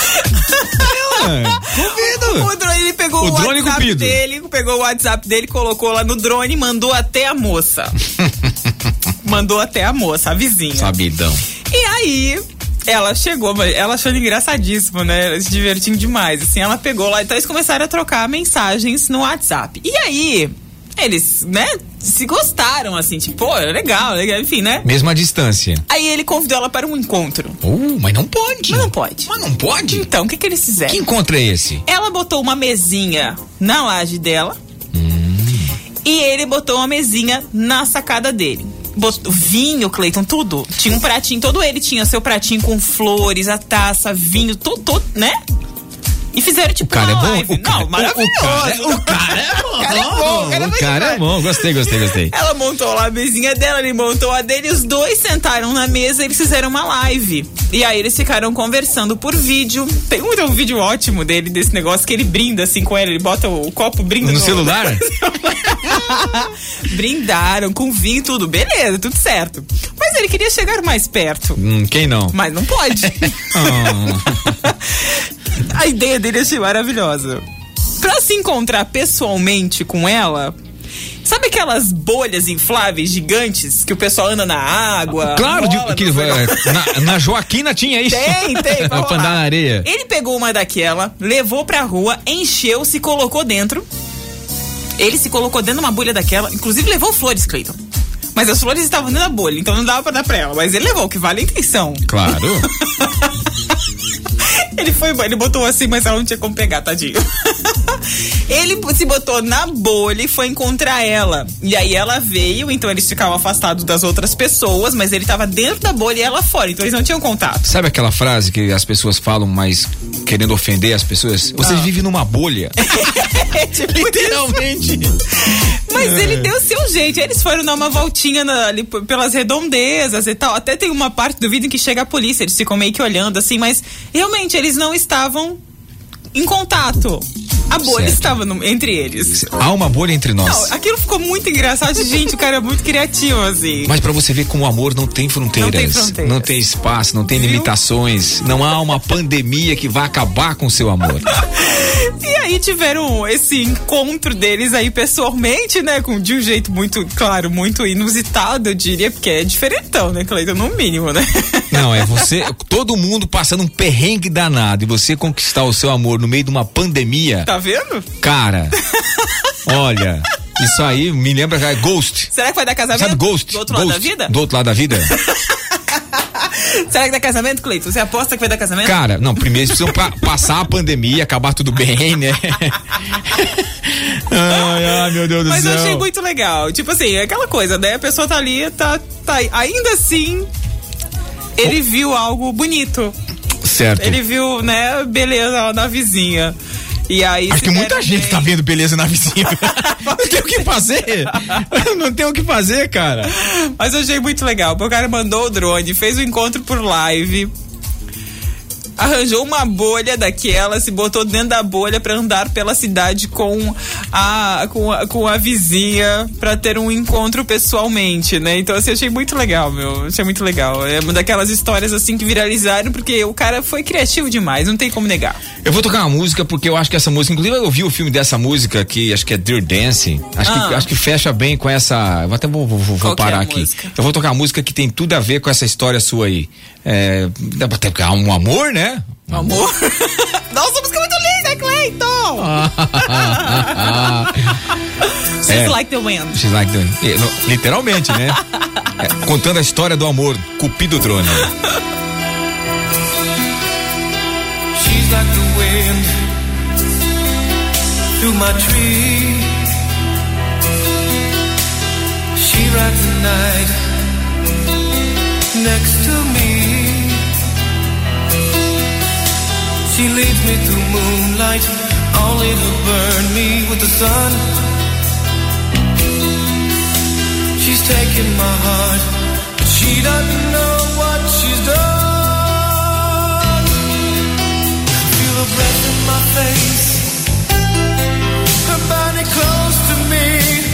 O drone, ele pegou o WhatsApp dele, pegou o WhatsApp dele, colocou lá no drone e mandou até a moça. Mandou até a moça, a vizinha. Sabidão. E aí, ela chegou, ela achou engraçadíssimo, né? Se divertindo demais. Assim, ela pegou lá, então eles começaram a trocar mensagens no WhatsApp. E aí, eles, né, se gostaram, assim, tipo, pô, legal, enfim, né? Mesma distância. Aí ele convidou ela para um encontro. Mas não pode. Mas não pode. Mas não pode? Então, o que eles fizeram? Que encontro é esse? Ela botou uma mesinha na laje dela e ele botou uma mesinha na sacada dele. Botou vinho, Cleiton, tudo. Tinha um pratinho, todo ele tinha seu pratinho com flores, a taça, vinho, tudo, né? E fizeram tipo uma live. Não, maravilhoso. O cara é bom. Gostei. Ela montou lá a mesinha dela, ele montou a dele, os dois sentaram na mesa e eles fizeram uma live. E aí eles ficaram conversando por vídeo. Tem um vídeo ótimo dele, desse negócio que ele brinda assim com ela, ele bota o copo, brinda no celular. Brindaram com vinho e tudo, beleza, tudo certo. Mas ele queria chegar mais perto. Quem não? Mas não pode. A ideia dele achei maravilhosa. Pra se encontrar pessoalmente com ela, sabe aquelas bolhas infláveis gigantes que o pessoal anda na água? Claro, na Joaquina tinha isso. Tem. Pra andar na areia. Ele pegou uma daquela, levou pra rua, encheu, se colocou dentro. Ele se colocou dentro de uma bolha daquela, inclusive levou flores, Cleiton. Mas as flores estavam dentro da bolha, então não dava pra dar pra ela. Mas ele levou, o que vale a intenção. Claro. Ele botou assim, mas ela não tinha como pegar, tadinho. Ele se botou na bolha e foi encontrar ela. E aí ela veio, então eles ficavam afastados das outras pessoas, mas ele tava dentro da bolha e ela fora, então eles não tinham contato. Sabe aquela frase que as pessoas falam, mas querendo ofender as pessoas? Você vive numa bolha. Tipo literalmente. Mas ele deu o seu jeito. Eles foram dar uma voltinha ali pelas redondezas e tal. Até tem uma parte do vídeo em que chega a polícia. Eles ficam meio que olhando assim, mas realmente eles não estavam em contato. A bolha Certo. estava entre eles. Há uma bolha entre nós. Não, aquilo ficou muito engraçado. Gente, o cara é muito criativo, assim. Mas pra você ver como o amor não tem fronteiras. Não tem fronteiras. Não tem espaço, não tem limitações. Não há uma pandemia que vai acabar com o seu amor. E aí tiveram esse encontro deles aí pessoalmente, né? De um jeito muito, claro, muito inusitado, eu diria, porque é diferentão, né, Cleiton? No mínimo, né? Não, é você, todo mundo passando um perrengue danado e você conquistar o seu amor no meio de uma pandemia. Tá vendo? Cara, olha, isso aí me lembra Ghost. Será que vai dar casamento? Sabe Ghost? Do outro lado da vida? Do outro lado da vida? Será que dá casamento, Cleiton? Você aposta que vai dar casamento? Cara, não, primeiro eles precisam passar a pandemia, acabar tudo bem, né? Ai, meu Deus do céu. Mas eu achei muito legal. Tipo assim, é aquela coisa, né? A pessoa tá ali, tá ainda assim, ele viu algo bonito. Certo. Ele viu, né, beleza na vizinha. E aí, acho que muita gente tá vendo beleza na vizinha. Não tem o que fazer. Não tem o que fazer, cara. Mas eu achei muito legal. O cara mandou o drone, fez o encontro por live, arranjou uma bolha daquela, se botou dentro da bolha pra andar pela cidade com a vizinha pra ter um encontro pessoalmente, né? Então assim, achei muito legal, achei muito legal. É uma daquelas histórias assim que viralizaram porque o cara foi criativo demais, não tem como negar. Eu vou tocar uma música porque eu acho que essa música, inclusive eu vi o filme dessa música que acho que é Dear Dancing, acho que fecha bem com essa, eu até vou parar aqui. Música? Eu vou tocar uma música que tem tudo a ver com essa história sua aí. Dá pra ter um amor, né? Amor? Nossa, música muito linda, Cleiton! She's like the wind. She's like the wind. Literalmente, né? Contando a história do amor, Cupido Drone. She's like the wind through my tree. She rides the night next to me. She leads me through moonlight, only to burn me with the sun. She's taken my heart, but she doesn't know what she's done. Feel her breath in my face, her body close to me.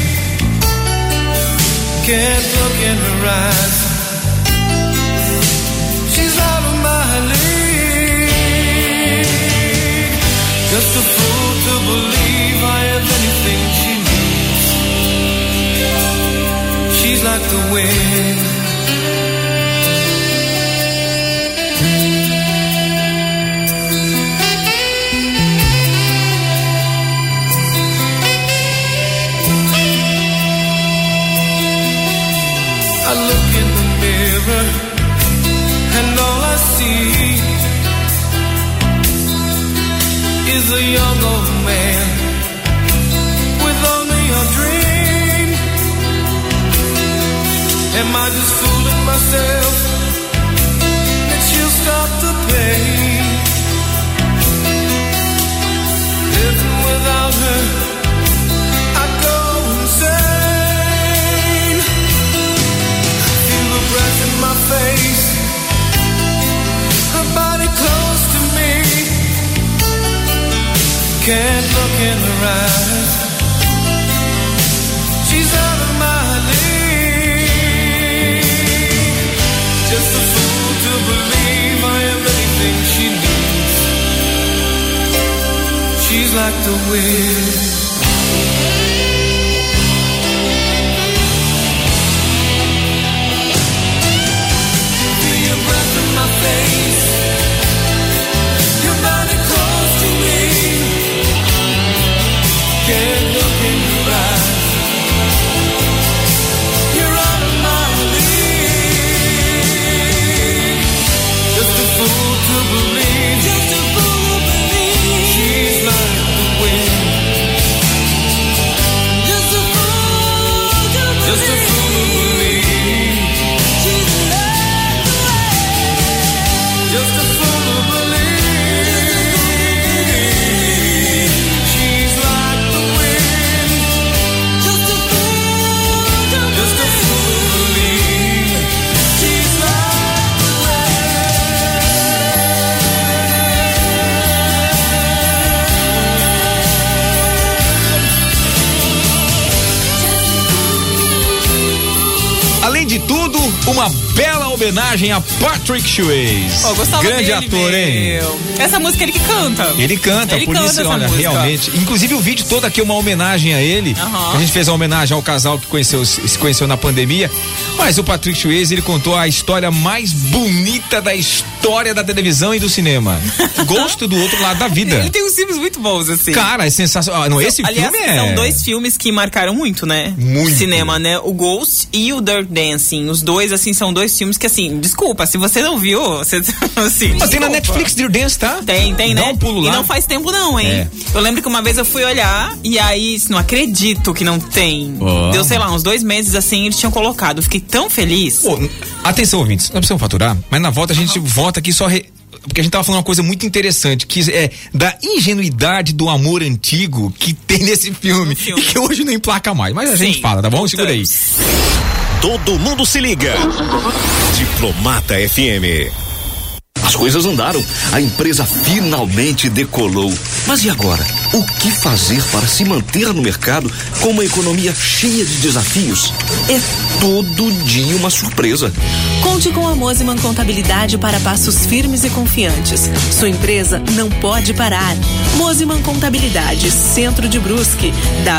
Can't look in her eyes, she's out of my league. Just a fool to believe I have anything she needs. She's like the wind. I look in the mirror and all I see is a young old man with only a dream. Am I just fooling myself that she'll stop the pain? Living without her, I go insane. Feel the breath in my face, her body close to me. Can't look in her eyes, she's out of my league. Just a fool to believe I am anything she needs. She's like the wind. Feel your breath in my face, your body close to me. Can't look in your eyes, you're out of my league. Just a fool to believe, just a fool to believe. She's like the wind. Just a fool to believe, just a fool to believe. She's like the wind. Just a fool to believe. Além de tudo, uma bela homenagem a Patrick Swayze. Oh, gostava grande dele, ator, hein? Essa música ele que canta. Ele canta, por isso, olha, música. Realmente. Inclusive o vídeo todo aqui é uma homenagem a ele. A gente fez a homenagem ao casal que se conheceu na pandemia. Mas o Patrick Swayze, ele contou a história mais bonita da história da televisão e do cinema. Gosto do outro lado da vida. Ele tem uns filmes muito bons, assim. Cara, é sensacional. Não, esse aliás, filme é... São dois filmes que marcaram muito, né? Muito. Cinema, né? O Ghost e o Dirty Dancing. Os dois, assim, são dois filmes que, assim, desculpa, se você não viu, você, assim... Tem na Netflix Dirty Dance, tá? Tem, né? Dá um pulo lá. E não faz tempo não, hein? É. Eu lembro que uma vez eu fui olhar e aí, não acredito que não tem. Deu, sei lá, uns 2 meses, assim, eles tinham colocado. Eu fiquei tão feliz. Pô, atenção, ouvintes, não precisamos faturar, mas na volta a gente volta aqui só... Porque a gente tava falando uma coisa muito interessante, que é da ingenuidade do amor antigo que tem nesse filme. E que hoje não emplaca mais. Mas a gente fala, tá bom? Segura aí. Todo mundo se liga. Diplomata FM. As coisas andaram, a empresa finalmente decolou. Mas e agora? O que fazer para se manter no mercado com uma economia cheia de desafios? É todo dia uma surpresa. Conte com a Mosiman Contabilidade para passos firmes e confiantes. Sua empresa não pode parar. Mosiman Contabilidade, Centro de Brusque,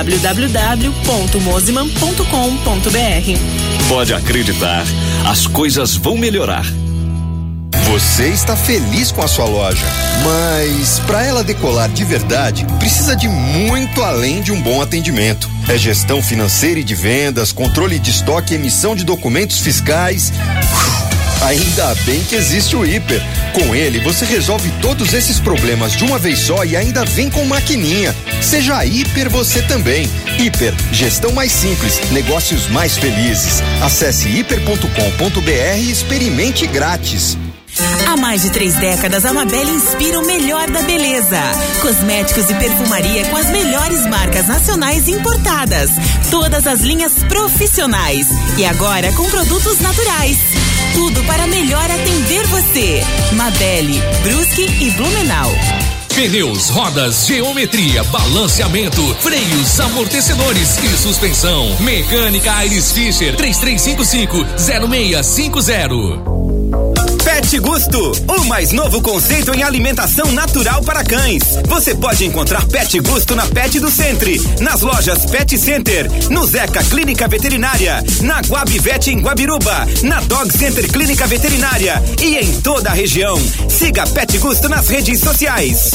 www.mosiman.com.br. Pode acreditar, as coisas vão melhorar. Você está feliz com a sua loja, mas para ela decolar de verdade, precisa de muito além de um bom atendimento. É gestão financeira e de vendas, controle de estoque e emissão de documentos fiscais. Ainda bem que existe o Hiper. Com ele, você resolve todos esses problemas de uma vez só e ainda vem com maquininha. Seja Hiper você também. Hiper, gestão mais simples, negócios mais felizes. Acesse hiper.com.br e experimente grátis. Há mais de 3 décadas, a Mabel inspira o melhor da beleza. Cosméticos e perfumaria com as melhores marcas nacionais importadas. Todas as linhas profissionais. E agora com produtos naturais. Tudo para melhor atender você. Mabel, Brusque e Blumenau. Pneus, rodas, geometria, balanceamento, freios, amortecedores e suspensão. Mecânica Aires Fischer, 3355-0650. Pet Gusto, o mais novo conceito em alimentação natural para cães. Você pode encontrar Pet Gusto na Pet do Centre, nas lojas Pet Center, no Zeca Clínica Veterinária, na Guabivete em Guabiruba, na Dog Center Clínica Veterinária e em toda a região. Siga Pet Gusto nas redes sociais.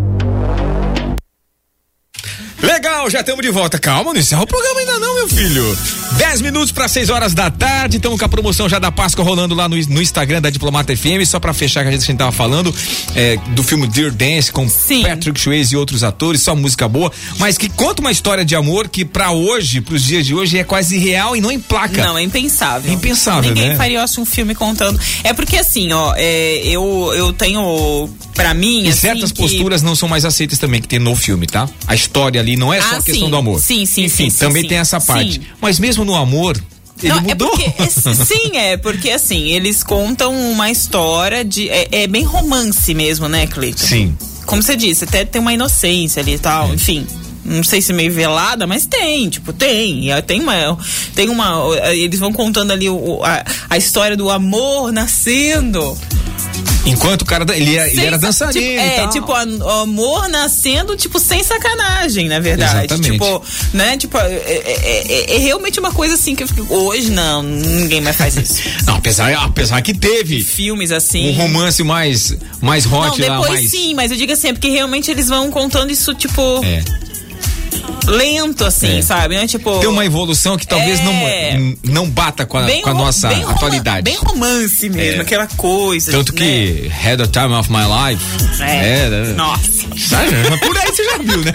Legal, já estamos de volta. Calma, não encerra o programa ainda não, meu filho. 10 minutos para 6 horas da tarde. Estamos com a promoção já da Páscoa rolando lá no Instagram da Diplomata FM. Só para fechar, que a gente tava falando do filme Dirty Dance com Patrick Swayze e outros atores, só música boa, mas que conta uma história de amor que para hoje, pros dias de hoje, é quase irreal e não emplaca. Não, é impensável. Impensável, Ninguém né? faria um filme contando. É porque assim, ó, eu tenho, pra mim, e assim, certas posturas não são mais aceitas também que tem no filme, tá? A história ali não é só a questão do amor. Sim. Enfim, também tem essa parte. Mas mesmo no amor, ele mudou. Porque assim, eles contam uma história de. É bem romance mesmo, né, Cleiton? Sim. Como você disse, até tem uma inocência ali e tal, enfim. Não sei se meio velada, mas tem. Eles vão contando ali a história do amor nascendo. Enquanto o cara, ele era dançarino tipo, amor nascendo, tipo, sem sacanagem, na verdade. Exatamente. Tipo, né, tipo, é realmente uma coisa assim que eu fico, hoje não, ninguém mais faz isso. Não, apesar que teve filmes assim. Um romance mais hot não, lá. Depois sim, mas eu digo assim, é porque realmente eles vão contando isso, tipo... lento, assim, sabe? Né? Tipo, tem uma evolução que talvez não bata com a nossa atualidade. Bem romance mesmo, aquela coisa. Tanto que Had the Time of My Life. Nossa. Por aí você já viu, né?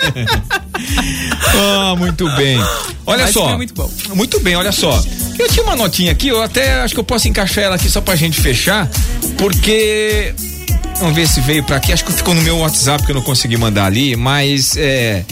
Muito bem. Olha só. Muito bom. Muito bem, olha só. Eu tinha uma notinha aqui, eu até acho que eu posso encaixar ela aqui só pra gente fechar, porque... Vamos ver se veio pra aqui. Acho que ficou no meu WhatsApp que eu não consegui mandar ali, mas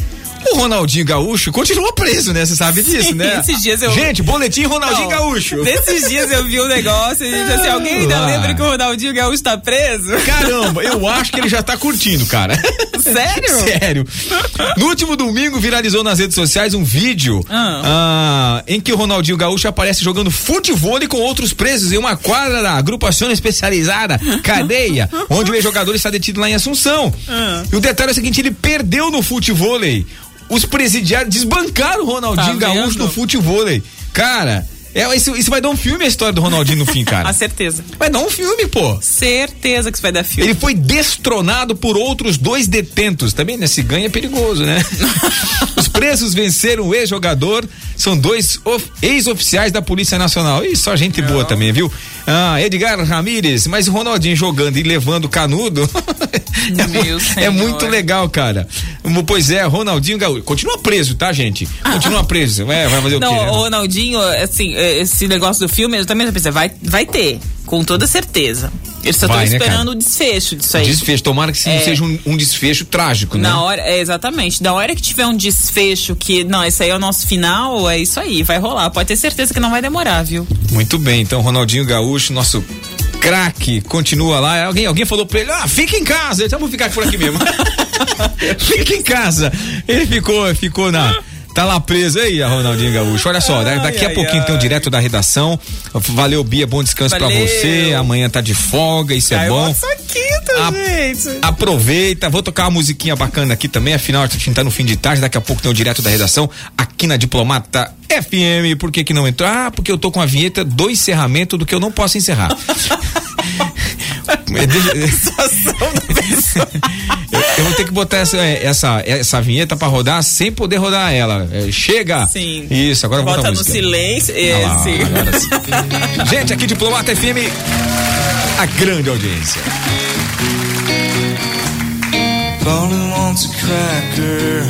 O Ronaldinho Gaúcho continua preso, né? Você sabe disso, né? Esses dias eu... Gente, boletim Ronaldinho Gaúcho. Nesses dias eu vi um negócio e disse assim, alguém ainda lembra que o Ronaldinho Gaúcho tá preso? Caramba, eu acho que ele já tá curtindo, cara. Sério? Sério. No último domingo viralizou nas redes sociais um vídeo em que o Ronaldinho Gaúcho aparece jogando futevôlei com outros presos em uma quadra da agrupação especializada Cadeia, onde o ex-jogador está detido lá em Assunção. E o detalhe é o seguinte, ele perdeu no futevôlei. Os presidiários desbancaram o Ronaldinho Gaúcho no futevôlei. Cara, isso vai dar um filme, a história do Ronaldinho no fim, cara. A certeza. Vai dar um filme, pô. Certeza que isso vai dar filme. Ele foi destronado por outros 2 detentos. Também, né? Se ganha é perigoso, né? Os presos venceram o ex-jogador. São 2 ex-oficiais da Polícia Nacional. E só gente boa também, viu? Edgar Ramírez, mas o Ronaldinho jogando e levando canudo é muito legal, cara. Pois é, Ronaldinho Gaúcho. Continua preso, tá, gente? Continua preso. Vai fazer o quê? Não, o Ronaldinho, assim, esse negócio do filme, eu também pensei, vai ter, com toda certeza. Eles só estão esperando o desfecho disso aí. Desfecho, tomara que não seja um desfecho trágico, né? Na hora, exatamente. Da hora que tiver um desfecho que, não, esse aí é o nosso final, é isso aí, vai rolar. Pode ter certeza que não vai demorar, viu? Muito bem, então Ronaldinho Gaúcho, nosso craque, continua lá. Alguém falou pra ele, fica em casa. Então vou ficar por aqui mesmo. Fica em casa. Ele ficou na... Tá lá preso aí, a Ronaldinho Gaúcho. Olha só, daqui a pouquinho tem o direto da redação. Valeu, Bia, bom descanso pra você. Amanhã tá de folga, isso é bom. Gente. Aproveita, vou tocar uma musiquinha bacana aqui também. Afinal, a gente tá no fim de tarde, daqui a pouco tem o direto da redação aqui na Diplomata FM. Por que não entrou? Porque eu tô com a vinheta do encerramento do que eu não posso encerrar. Eu vou ter que botar essa vinheta pra rodar sem poder rodar ela. Chega! Sim. Isso, agora bota no silêncio. Agora sim. Gente, aqui Diplomata FM, a grande audiência. Paulie wants a cracker.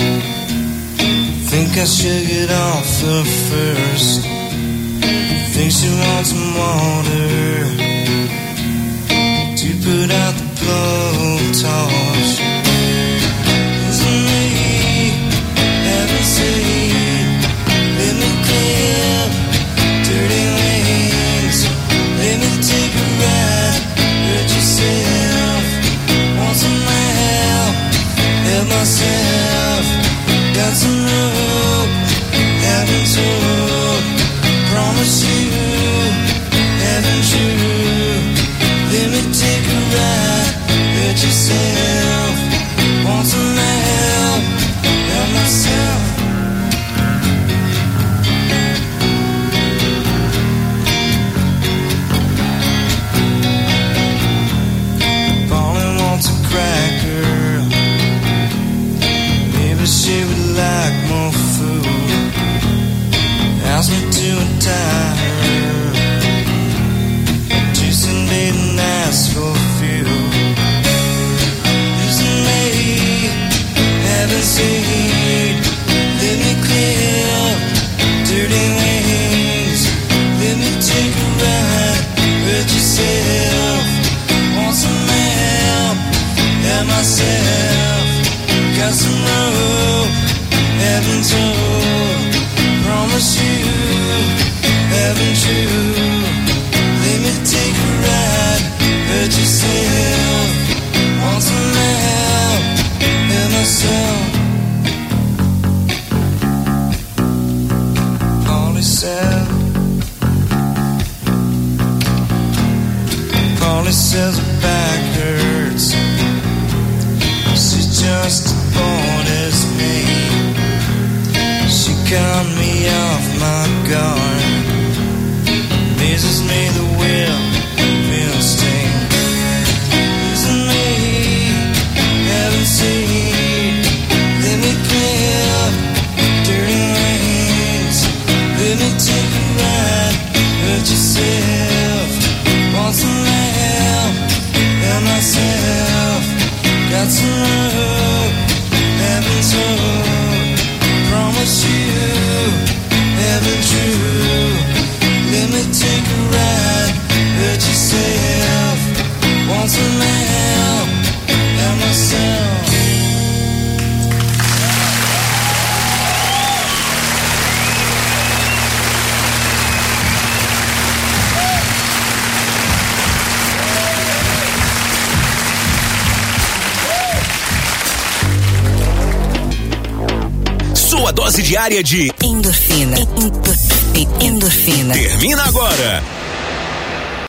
Think I should get off the first. Think she wants some water to put out the blowtorch. Isn't me, heaven seen? Let me clear dirty lanes. Let me take a ride. Hurt yourself. Want some help? Help myself. Got some rope. Haven't told. Promise you, haven't you? Let me take a ride, hurt yourself. sua dose diária de endorfina. Endorfina. Termina agora.